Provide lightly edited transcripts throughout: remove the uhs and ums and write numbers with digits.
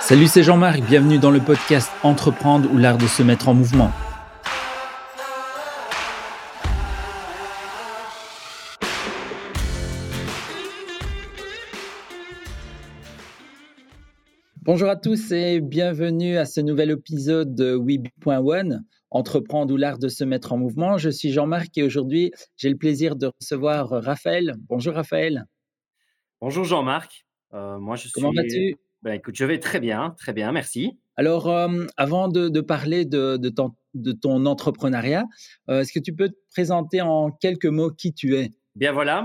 Salut, c'est Jean-Marc, bienvenue dans le podcast Entreprendre ou l'art de se mettre en mouvement. Bonjour à tous et bienvenue à ce nouvel épisode de We.One, Entreprendre ou l'art de se mettre en mouvement. Je suis Jean-Marc et aujourd'hui, j'ai le plaisir de recevoir Raphaël. Bonjour Raphaël. Bonjour Jean-Marc. Moi Comment vas-tu? écoute, je vais très bien, merci. Alors, avant de parler de ton entrepreneuriat, est-ce que tu peux te présenter en quelques mots qui tu es? Bien voilà,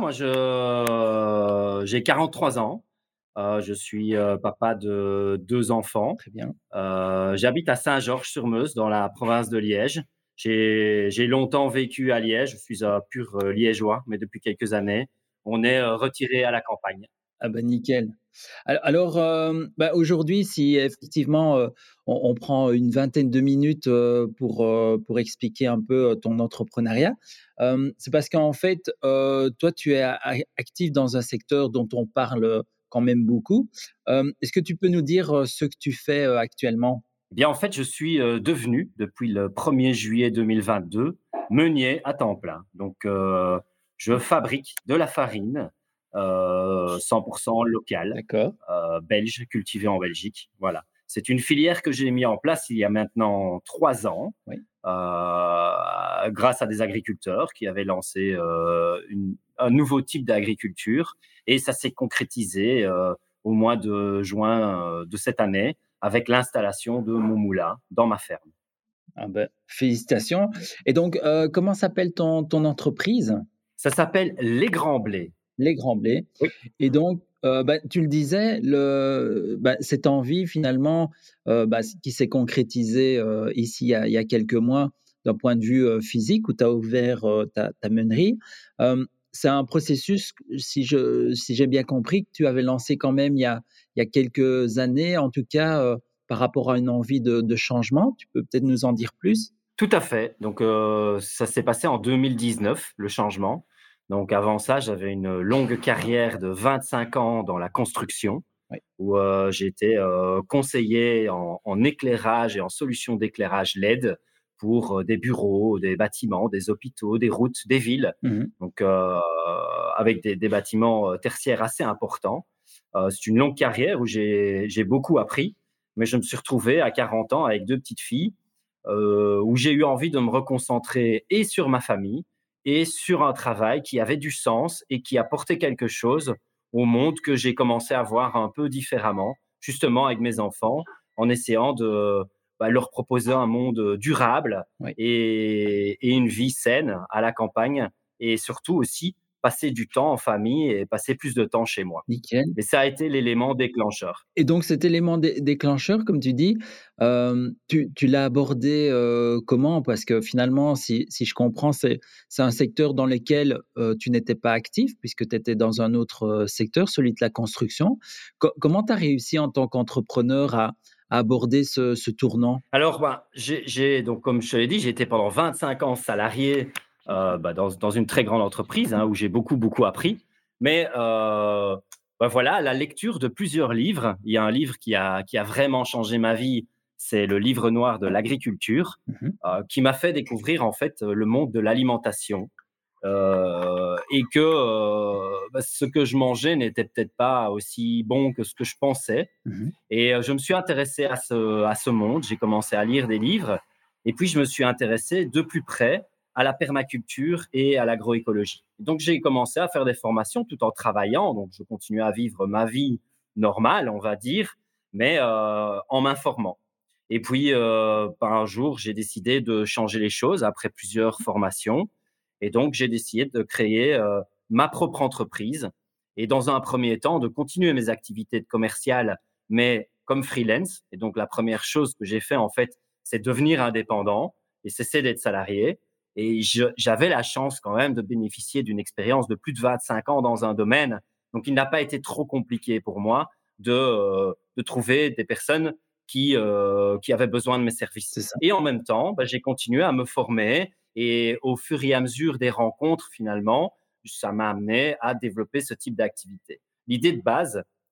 j'ai 43 ans. Je suis, papa de 2 enfants. Très bien. J'habite à Saint-Georges-sur-Meuse dans la province de Liège. J'ai longtemps vécu à Liège. Je suis un pur, liégeois, mais depuis quelques années, on est, retirés à la campagne. Ah bah, nickel. Alors, aujourd'hui, si effectivement, on prend une vingtaine de minutes, pour expliquer un peu, ton entrepreneuriat, c'est parce qu'en fait, toi, tu es actif dans un secteur dont on parle, quand même beaucoup. Est-ce que tu peux nous dire, ce que tu fais, actuellement? Eh bien, en fait, je suis, devenu, depuis le 1er juillet 2022, meunier à temps plein. Donc, je fabrique de la farine, 100% locale, D'accord. belge, cultivée en Belgique. Voilà. C'est une filière que j'ai mis en place il y a maintenant 3 ans, Oui. grâce à des agriculteurs qui avaient lancé, un nouveau type d'agriculture et ça s'est concrétisé, au mois de juin, de cette année avec l'installation de mon moulin dans ma ferme. Ah bah, félicitations et donc, comment s'appelle ton entreprise? Ça s'appelle Les Grands Blés. Les Grands Blés. Oui, Et donc, tu le disais, cette envie finalement, qui s'est concrétisée, ici il y a quelques mois, d'un point de vue, physique où tu as ouvert, ta meunerie. C'est un processus, si j'ai bien compris, que tu avais lancé quand même il y a quelques années, en tout cas, par rapport à une envie de changement. Tu peux peut-être nous en dire plus? tout à fait. Donc, ça s'est passé en 2019, le changement. Donc avant ça, j'avais une longue carrière de 25 ans dans la construction Oui. où, j'ai été, conseiller en éclairage et en solutions d'éclairage LED pour, des bureaux, des bâtiments, des hôpitaux, des routes, des villes. Mmh. Donc, avec des bâtiments, tertiaires assez importants. C'est une longue carrière où j'ai beaucoup appris, mais je me suis retrouvé à 40 ans avec 2 petites filles, où j'ai eu envie de me reconcentrer et sur ma famille et sur un travail qui avait du sens et qui apportait quelque chose au monde que j'ai commencé à voir un peu différemment, justement avec mes enfants, en essayant de, leur proposer un monde, durable Oui, et une vie saine à la campagne et surtout aussi passer du temps en famille et passer plus de temps chez moi. nickel. Et ça a été l'élément déclencheur. Et donc cet élément déclencheur, comme tu dis, tu l'as abordé, comment? Parce que finalement, si je comprends, c'est un secteur dans lequel, tu n'étais pas actif puisque tu étais dans un autre, secteur, celui de la construction. Comment tu as réussi en tant qu'entrepreneur à aborder ce tournant? Alors, j'ai donc comme je te l'ai dit, j'ai été pendant 25 ans salarié, dans une très grande entreprise, hein, où j'ai beaucoup, beaucoup appris. Mais, voilà, la lecture de plusieurs livres. Il y a un livre qui a vraiment changé ma vie, c'est le livre noir de l'agriculture, Mmh. qui m'a fait découvrir en fait, le monde de l'alimentation. Et que, ce que je mangeais n'était peut-être pas aussi bon que ce que je pensais. Mmh. Et je me suis intéressé à ce monde. J'ai commencé à lire des livres et puis je me suis intéressé de plus près à la permaculture et à l'agroécologie. Donc j'ai commencé à faire des formations tout en travaillant. Donc je continuais à vivre ma vie normale, on va dire, mais en m'informant. Et puis, un jour, j'ai décidé de changer les choses après plusieurs formations et donc j'ai décidé de créer, ma propre entreprise et dans un premier temps de continuer mes activités commerciales mais comme freelance. Et donc, la première chose que j'ai fait, en fait, c'est devenir indépendant et cesser d'être salarié. Et j'avais la chance quand même de bénéficier d'une expérience de plus de 25 ans dans un domaine. Donc, il n'a pas été trop compliqué pour moi de trouver des personnes qui avaient besoin de mes services. C'est ça. Et en même temps, j'ai continué à me former et au fur et à mesure des rencontres, finalement, ça m'a amené à développer ce type d'activité. L'idée de base,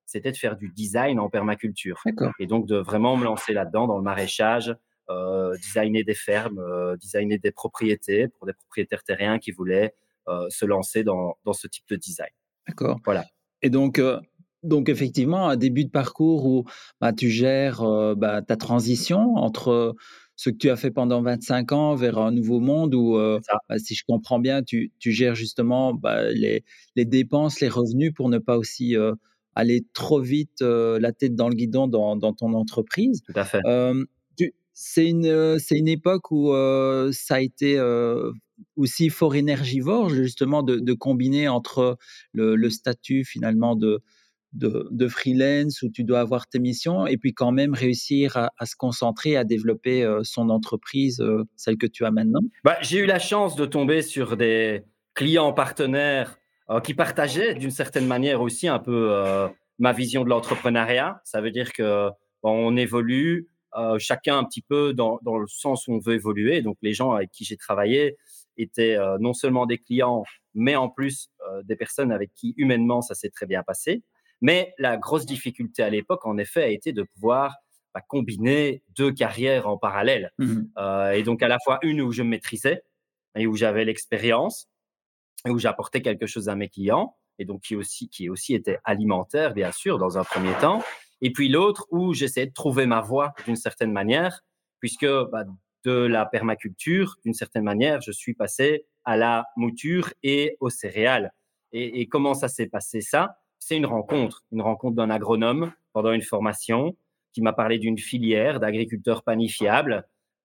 c'était de faire du design en permaculture. D'accord. Et donc de vraiment me lancer là-dedans, dans le maraîchage, designer des fermes, designer des propriétés pour des propriétaires terriens qui voulaient se lancer dans ce type de design. D'accord. Voilà. Et donc effectivement, un début de parcours où, bah, tu gères, bah, ta transition entre ce que tu as fait pendant 25 ans vers un nouveau monde où, C'est ça, bah, si je comprends bien, tu gères justement, bah, les dépenses, les revenus pour ne pas aussi, aller trop vite, la tête dans le guidon dans ton entreprise. tout à fait. Tu c'est une époque où, ça a été, aussi fort énergivore justement de combiner entre le statut finalement de freelance où tu dois avoir tes missions et puis quand même réussir à se concentrer, à développer, son entreprise, celle que tu as maintenant? Bah, j'ai eu la chance de tomber sur des clients partenaires, qui partageaient d'une certaine manière aussi un peu, ma vision de l'entrepreneuriat. Ça veut dire que, on évolue, chacun un petit peu dans le sens où on veut évoluer. Donc les gens avec qui j'ai travaillé étaient, non seulement des clients, mais en plus, des personnes avec qui humainement ça s'est très bien passé. Mais la grosse difficulté à l'époque, en effet, a été de pouvoir, bah, combiner 2 carrières en parallèle. Mmh. Et donc à la fois une où je me maîtrisais et où j'avais l'expérience et où j'apportais quelque chose à mes clients et donc qui aussi était alimentaire bien sûr dans un premier temps et puis l'autre où j'essayais de trouver ma voie d'une certaine manière puisque, bah, de la permaculture, d'une certaine manière, je suis passé à la mouture et aux céréales et comment ça s'est passé ça? C'est une rencontre d'un agronome pendant une formation qui m'a parlé d'une filière d'agriculteurs panifiables.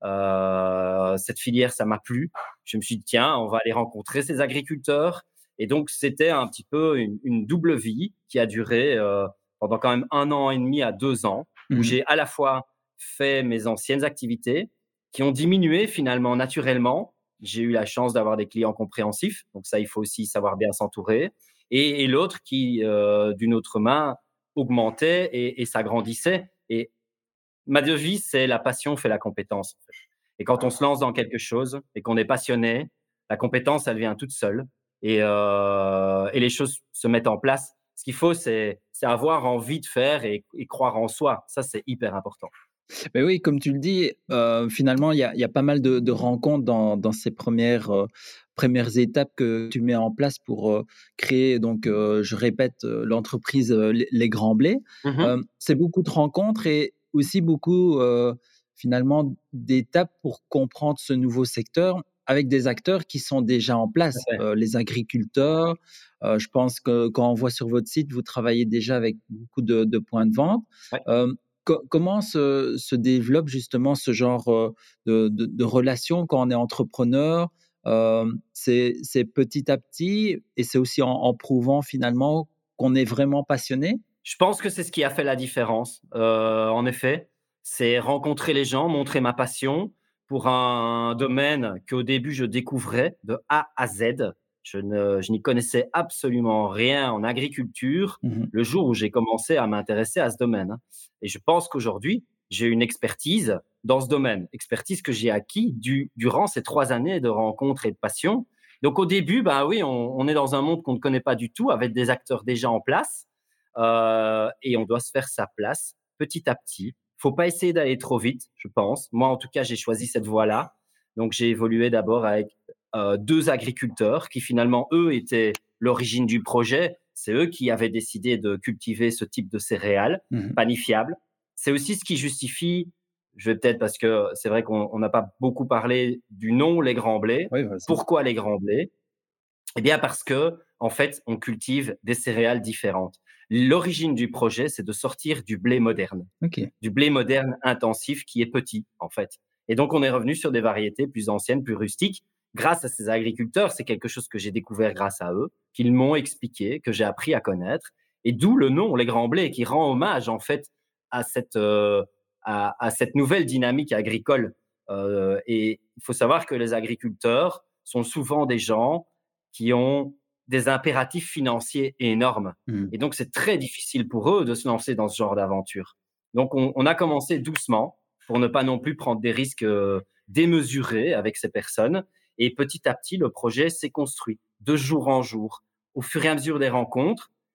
Cette filière, ça m'a plu. Je me suis dit, tiens, on va aller rencontrer ces agriculteurs. Et donc, c'était un petit peu une double vie qui a duré pendant quand même 1 an et demi à 2 ans, où Mmh. j'ai à la fois fait mes anciennes activités qui ont diminué finalement naturellement. J'ai eu la chance d'avoir des clients compréhensifs, donc ça, il faut aussi savoir bien s'entourer. Et l'autre qui, d'une autre main, augmentait et s'agrandissait. Et ma devise, c'est la passion fait la compétence. En fait. Et quand on se lance dans quelque chose et qu'on est passionné, la compétence, elle vient toute seule et les choses se mettent en place. Ce qu'il faut, c'est avoir envie de faire et croire en soi. Ça, c'est hyper important. Mais oui, comme tu le dis, finalement, il y a pas mal de rencontres dans ces premières étapes que tu mets en place pour, créer donc, je répète, l'entreprise, Les Grands Blés. Mmh. C'est beaucoup de rencontres et aussi beaucoup, finalement d'étapes pour comprendre ce nouveau secteur avec des acteurs qui sont déjà en Tout à place. fait. Les agriculteurs, je pense que quand on voit sur votre site, vous travaillez déjà avec beaucoup de points de vente. Ouais. Comment se développe justement ce genre, de relation quand on est entrepreneur? C'est petit à petit et c'est aussi en prouvant finalement qu'on est vraiment passionné? Je pense que c'est ce qui a fait la différence, en effet. C'est rencontrer les gens, montrer ma passion pour un domaine qu'au début je découvrais de A à Z. Je n'y connaissais absolument rien en agriculture Mmh. le jour où j'ai commencé à m'intéresser à ce domaine, hein. Et je pense qu'aujourd'hui, j'ai une expertise dans ce domaine, expertise que j'ai acquis durant ces 3 années de rencontres et de passion. Donc au début, bah, oui, on est dans un monde qu'on ne connaît pas du tout avec des acteurs déjà en place. Et on doit se faire sa place petit à petit. Faut pas essayer d'aller trop vite, je pense. Moi, en tout cas, j'ai choisi cette voie-là. Donc, j'ai évolué d'abord avec 2 agriculteurs qui finalement, eux, étaient l'origine du projet. C'est eux qui avaient décidé de cultiver ce type de céréales Mmh. panifiables. C'est aussi ce qui justifie, je vais peut-être parce que c'est vrai qu'on n'a pas beaucoup parlé du nom Les Grands Blés. Oui, vas-y. Pourquoi Les Grands Blés? Eh bien, parce que, en fait, on cultive des céréales différentes. L'origine du projet, c'est de sortir OK. du blé moderne intensif qui est petit, en fait. Et donc, on est revenu sur des variétés plus anciennes, plus rustiques. Grâce à ces agriculteurs, c'est quelque chose que j'ai découvert grâce à eux, qu'ils m'ont expliqué, que j'ai appris à connaître. Et d'où le nom, les grands blés, qui rend hommage, en fait, à cette nouvelle dynamique agricole. Et il faut savoir que les agriculteurs sont souvent des gens qui ont des impératifs financiers énormes. Mmh. Et donc, c'est très difficile pour eux de se lancer dans ce genre d'aventure. Donc, on a commencé doucement pour ne pas non plus prendre des risques démesurés avec ces personnes. Et petit à petit, le projet s'est construit de jour en jour, au fur et à mesure des rencontres.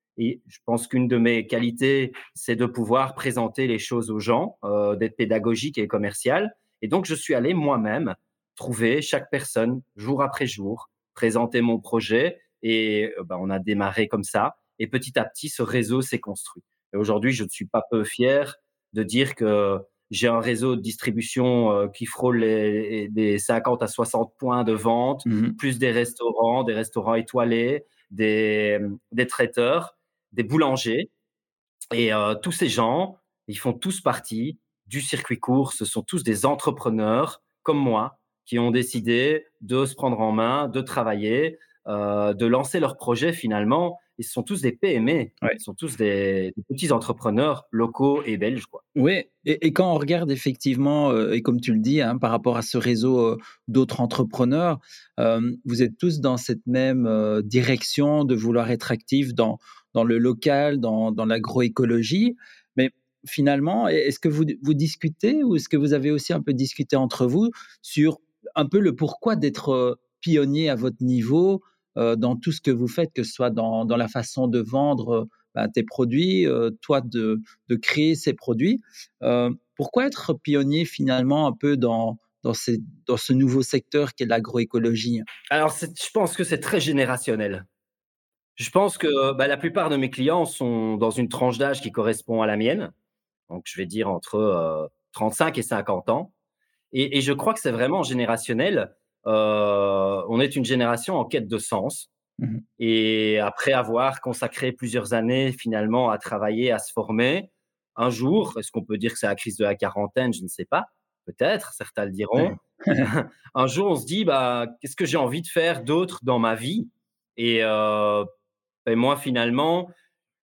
Et je pense qu'une de mes qualités, c'est de pouvoir présenter les choses aux gens, d'être pédagogique et commercial. Et donc, je suis allé moi-même trouver chaque personne, jour après jour, présenter mon projet et on a démarré comme ça et petit à petit, ce réseau s'est construit. Et aujourd'hui, je ne suis pas peu fier de dire que j'ai un réseau de distribution, qui frôle les des 50 à 60 points de vente, Mmh. plus des restaurants étoilés, des traiteurs, des boulangers et tous ces gens, ils font tous partie du circuit court. Ce sont tous des entrepreneurs comme moi qui ont décidé de se prendre en main, de travailler, de lancer leur projet finalement. Ils sont tous des PME. Ouais. Ils sont tous des petits entrepreneurs locaux et belges, quoi. Oui, et quand on regarde effectivement, et comme tu le dis, hein, par rapport à ce réseau, d'autres entrepreneurs, vous êtes tous dans cette même, direction de vouloir être actifs dans le local, dans l'agroécologie. Mais finalement, est-ce que vous discutez ou est-ce que vous avez aussi un peu discuté entre vous sur un peu le pourquoi d'être, pionnier à votre niveau, dans tout ce que vous faites, que ce soit dans la façon de vendre, tes produits, toi de créer ces produits. Pourquoi être pionnier finalement un peu dans ce nouveau secteur qu'est l'agroécologie? Alors je pense que c'est très générationnel. Je pense que, la plupart de mes clients sont dans une tranche d'âge qui correspond à la mienne. Donc je vais dire entre, 35 et 50 ans et je crois que c'est vraiment générationnel. On est une génération en quête de sens Mmh. et après avoir consacré plusieurs années finalement à travailler, à se former, un jour, est-ce qu'on peut dire que c'est la crise de la quarantaine? Je ne sais pas, peut-être, certains le diront. Ouais. Un jour, on se dit: «Qu'est-ce que j'ai envie de faire d'autre dans ma vie?» et moi finalement,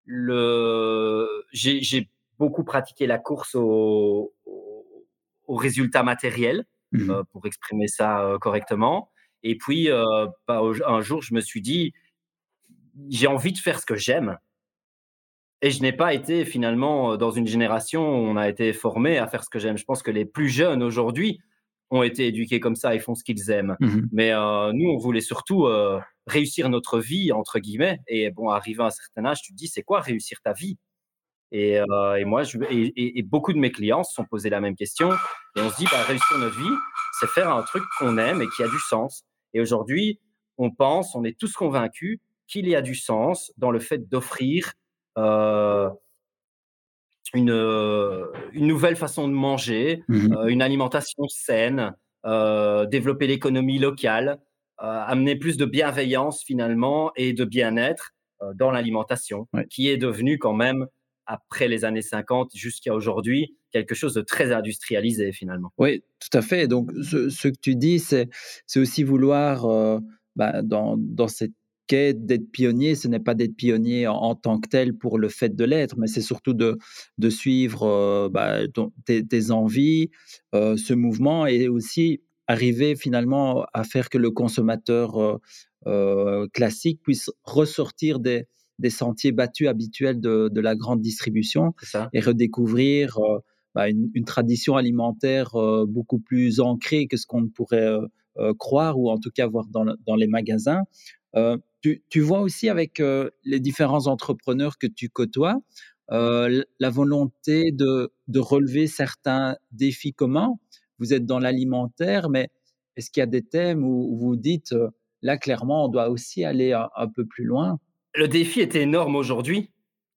j'ai beaucoup pratiqué la course aux résultats matériels, Mmh. pour exprimer ça, correctement et puis, un jour, je me suis dit: «J'ai envie de faire ce que j'aime» et je n'ai pas été finalement, dans une génération où on a été formé à faire ce que j'aime. Je pense que les plus jeunes aujourd'hui ont été éduqués comme ça et font ce qu'ils aiment. Mmh. Mais, nous, on voulait surtout, «réussir notre vie» entre guillemets et bon, arrivé à un certain âge, tu te dis: «C'est quoi réussir ta vie?» Et moi, beaucoup de mes clients se sont posés la même question et on se dit: «Réussir notre vie, c'est faire un truc qu'on aime et qui a du sens» et aujourd'hui, on est tous convaincus qu'il y a du sens dans le fait d'offrir, heu, une nouvelle façon de manger, Mmh. une alimentation saine, développer l'économie locale, amener plus de bienveillance finalement et de bien-être, dans l'alimentation, Ouais. qui est devenue quand même, après les années 50 jusqu'à aujourd'hui, quelque chose de très industrialisé finalement. Oui, tout à fait. Donc ce que tu dis, c'est aussi vouloir, dans cette quête d'être pionnier, ce n'est pas d'être pionnier en tant que tel pour le fait de l'être, mais c'est surtout de suivre, tes envies, ce mouvement et aussi arriver finalement à faire que le consommateur, classique puisse ressortir des sentiers battus habituels de la grande distribution C'est ça? et redécouvrir, une tradition alimentaire, beaucoup plus ancrée que ce qu'on pourrait, croire ou en tout cas voir dans les magasins. Tu vois aussi avec, les différents entrepreneurs que tu côtoies, la volonté de relever certains défis communs. Vous êtes dans l'alimentaire, mais est-ce qu'il y a des thèmes où vous dites, «Là clairement on doit aussi aller un peu plus loin»? Le défi est énorme aujourd'hui.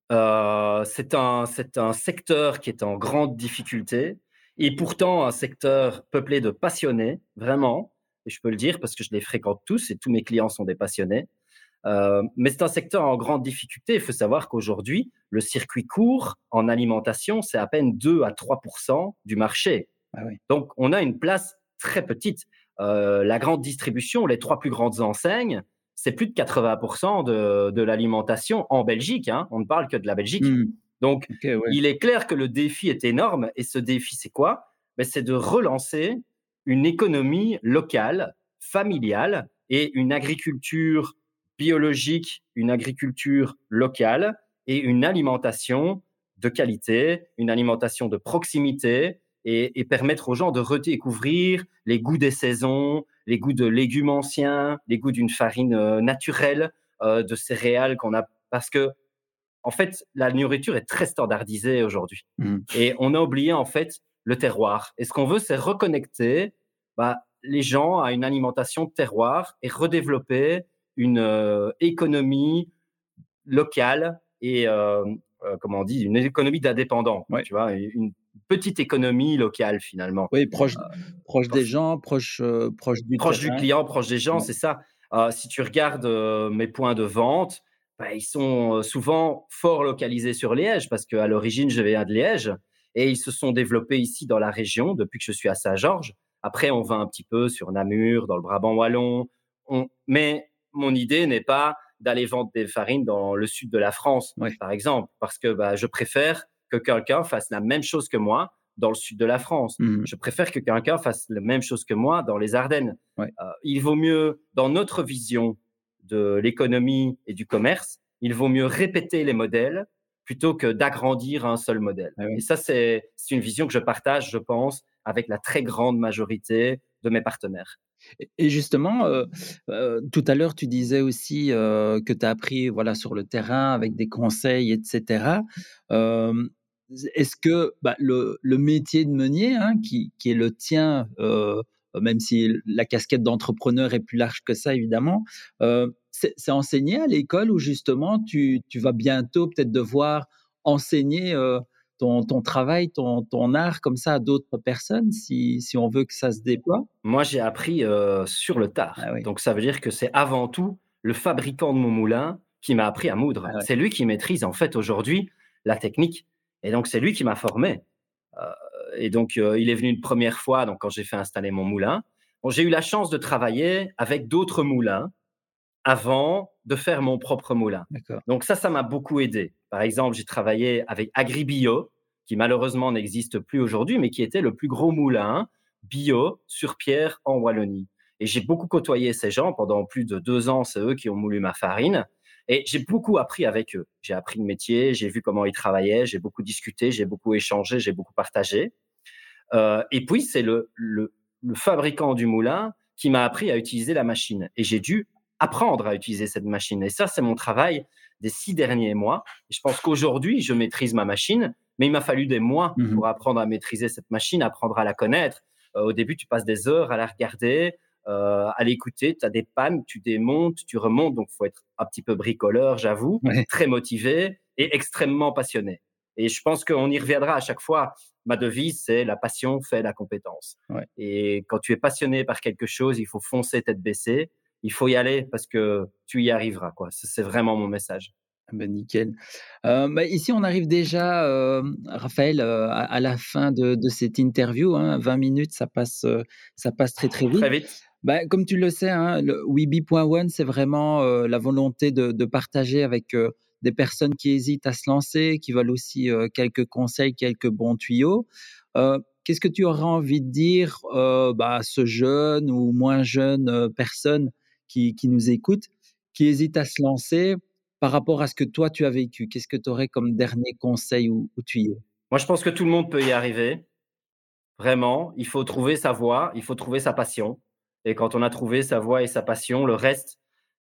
C'est un secteur qui est en grande difficulté et pourtant un secteur peuplé de passionnés, vraiment et je peux le dire parce que je les fréquente tous et tous mes clients sont des passionnés. Mais c'est un secteur en grande difficulté. Il faut savoir qu'aujourd'hui, le circuit court en alimentation, c'est à peine 2 à 3 du marché. Ah oui. Donc on a une place très petite. La grande distribution, les 3 plus grandes enseignes, c'est plus de 80 de l'alimentation en Belgique, hein. On ne parle que de la Belgique. Mmh. Donc OK, ouais. il est clair que le défi est énorme et ce défi, c'est quoi? C'est de relancer une économie locale, familiale et une agriculture biologique, une agriculture locale et une alimentation de qualité, une alimentation de proximité et permettre aux gens de redécouvrir les goûts des saisons, les goûts de légumes anciens, les goûts d'une farine naturelle, de céréales qu'on a. Parce que en fait, la nourriture est très standardisée aujourd'hui Mmh. et on a oublié, en fait, le terroir et ce qu'on veut, c'est reconnecter, les gens à une alimentation de terroir et redévelopper une, économie locale et comment on dit? Une économie d'indépendants, quoi, Ouais. tu vois? Une petite économie locale, finalement. Oui, proche des gens, proche du Proche du terrain. client, proche des gens, Ouais. c'est ça. Si tu regardes, mes points de vente, ils sont, souvent fort localisés sur Liège parce qu'à l'origine, je viens de Liège et ils se sont développés ici dans la région depuis que je suis à Saint-Georges. Après, on va un petit peu sur Namur, dans le Brabant wallon. Mais mon idée n'est pas d'aller vendre des farines dans le sud de la France, Ouais. par exemple, parce que, je préfère que quelqu'un fasse la même chose que moi dans le sud de la France. Mmh. Je préfère que quelqu'un fasse la même chose que moi dans les Ardennes. Ouais. Il vaut mieux, dans notre vision de l'économie et du commerce, il vaut mieux répéter les modèles plutôt que d'agrandir un seul modèle. Ouais, Et ouais. ça, c'est une vision que je partage, je pense, avec la très grande majorité de mes partenaires. Et justement, tout à l'heure, tu disais aussi, que tu as appris, voilà, sur le terrain avec des conseils et cetera. Hem, est-ce que, le métier de meunier, hein, qui est le tien, même si la casquette d'entrepreneur est plus large que ça évidemment, c'est enseigné à l'école ou justement tu vas bientôt peut-être devoir enseigner, ton travail, ton art comme ça à d'autres personnes si on veut que ça se déploie? Moi, j'ai appris, sur le Ah tard. oui. Donc ça veut dire que c'est avant tout le fabricant de mon moulin qui m'a appris à moudre. Ah ouais. C'est lui qui maîtrise, en fait, aujourd'hui, la technique et donc c'est lui qui m'a formé. Heu et donc il est venu une première fois, donc quand j'ai fait installer mon moulin. Bon, j'ai eu la chance de travailler avec d'autres moulins avant de faire mon propre moulin. D'accord. Donc ça m'a beaucoup aidé. Par exemple, j'ai travaillé avec Agribio, qui malheureusement n'existe plus aujourd'hui, mais qui était le plus gros moulin bio sur pierre en Wallonie. Et j'ai beaucoup côtoyé ces gens pendant plus de 2 ans, c'est eux qui ont moulu ma farine et j'ai beaucoup appris avec eux. J'ai appris le métier, j'ai vu comment ils travaillaient, j'ai beaucoup discuté, j'ai beaucoup échangé, j'ai beaucoup partagé. Et puis c'est le fabricant du moulin qui m'a appris à utiliser la machine et j'ai dû apprendre à utiliser cette machine et ça, c'est mon travail des 6 derniers mois et je pense qu'aujourd'hui, je maîtrise ma machine, mais il m'a fallu des mois Mmh mh. pour apprendre à maîtriser cette machine, apprendre à la connaître. Au début, tu passes des heures à la regarder, à l'écouter, tu as des pannes, tu démontes, tu remontes, donc il faut être un petit peu bricoleur, j'avoue, Ouais. très motivé et extrêmement passionné et je pense qu'on y reviendra à chaque fois. Ma devise, c'est la passion fait la compétence. Ouais. Et quand tu es passionné par quelque chose, il faut foncer tête baissée. Il faut y aller parce que tu y arriveras, quoi. C'est vraiment mon message. Ah bah, nickel. Ici, on arrive déjà, Raphaël, à la fin de cette interview, hein. 20 minutes, ça passe très, très vite. Très vite. Comme tu le sais, hein, le Weeby.one, c'est vraiment, la volonté de partager avec, des personnes qui hésitent à se lancer, qui veulent aussi, quelques conseils, quelques bons tuyaux. Qu'est-ce que tu aurais envie de dire, à ce jeune ou moins jeune, personne qui nous écoute, qui hésite à se lancer par rapport à ce que toi tu as vécu? Qu'est-ce que tu aurais comme dernier conseil ou tuyau? Moi, je pense que tout le monde peut y arriver. Vraiment, il faut trouver sa voie, il faut trouver sa passion. Et quand on a trouvé sa voie et sa passion, le reste,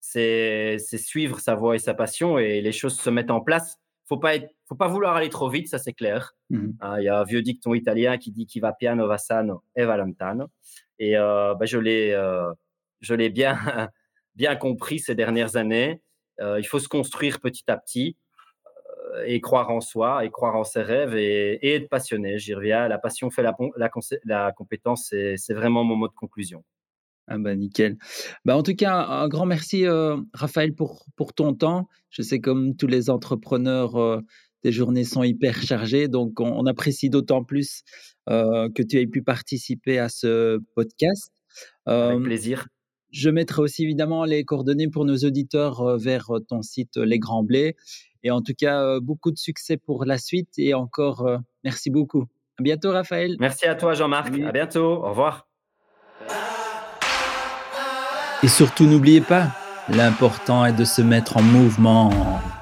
c'est suivre sa voie et sa passion et les choses se mettent en place. Faut pas vouloir aller trop vite, ça c'est clair. Mmh mh. Hein, il y a un vieux dicton italien qui dit: «Chi va piano va sano e va lontano» et je l'ai bien bien compris ces dernières années. Il faut se construire petit à petit et croire en soi et croire en ses rêves et être passionné. J'y reviens, la passion fait la compétence, c'est vraiment mon mot de conclusion. Ah bah, nickel. En tout cas, un grand merci, Raphaël pour ton temps. Je sais comme tous les entrepreneurs, tes journées sont hyper chargées, donc on apprécie d'autant plus, que tu aies pu participer à ce podcast. Avec Hem, plaisir. je mettrai aussi évidemment les coordonnées pour nos auditeurs, vers, ton site, Les Grands Blés et en tout cas, beaucoup de succès pour la suite et encore, merci beaucoup. À bientôt Raphaël. Merci à toi Jean-Marc, à Salut. bientôt, au revoir. Et surtout n'oubliez pas, l'important est de se mettre en mouvement.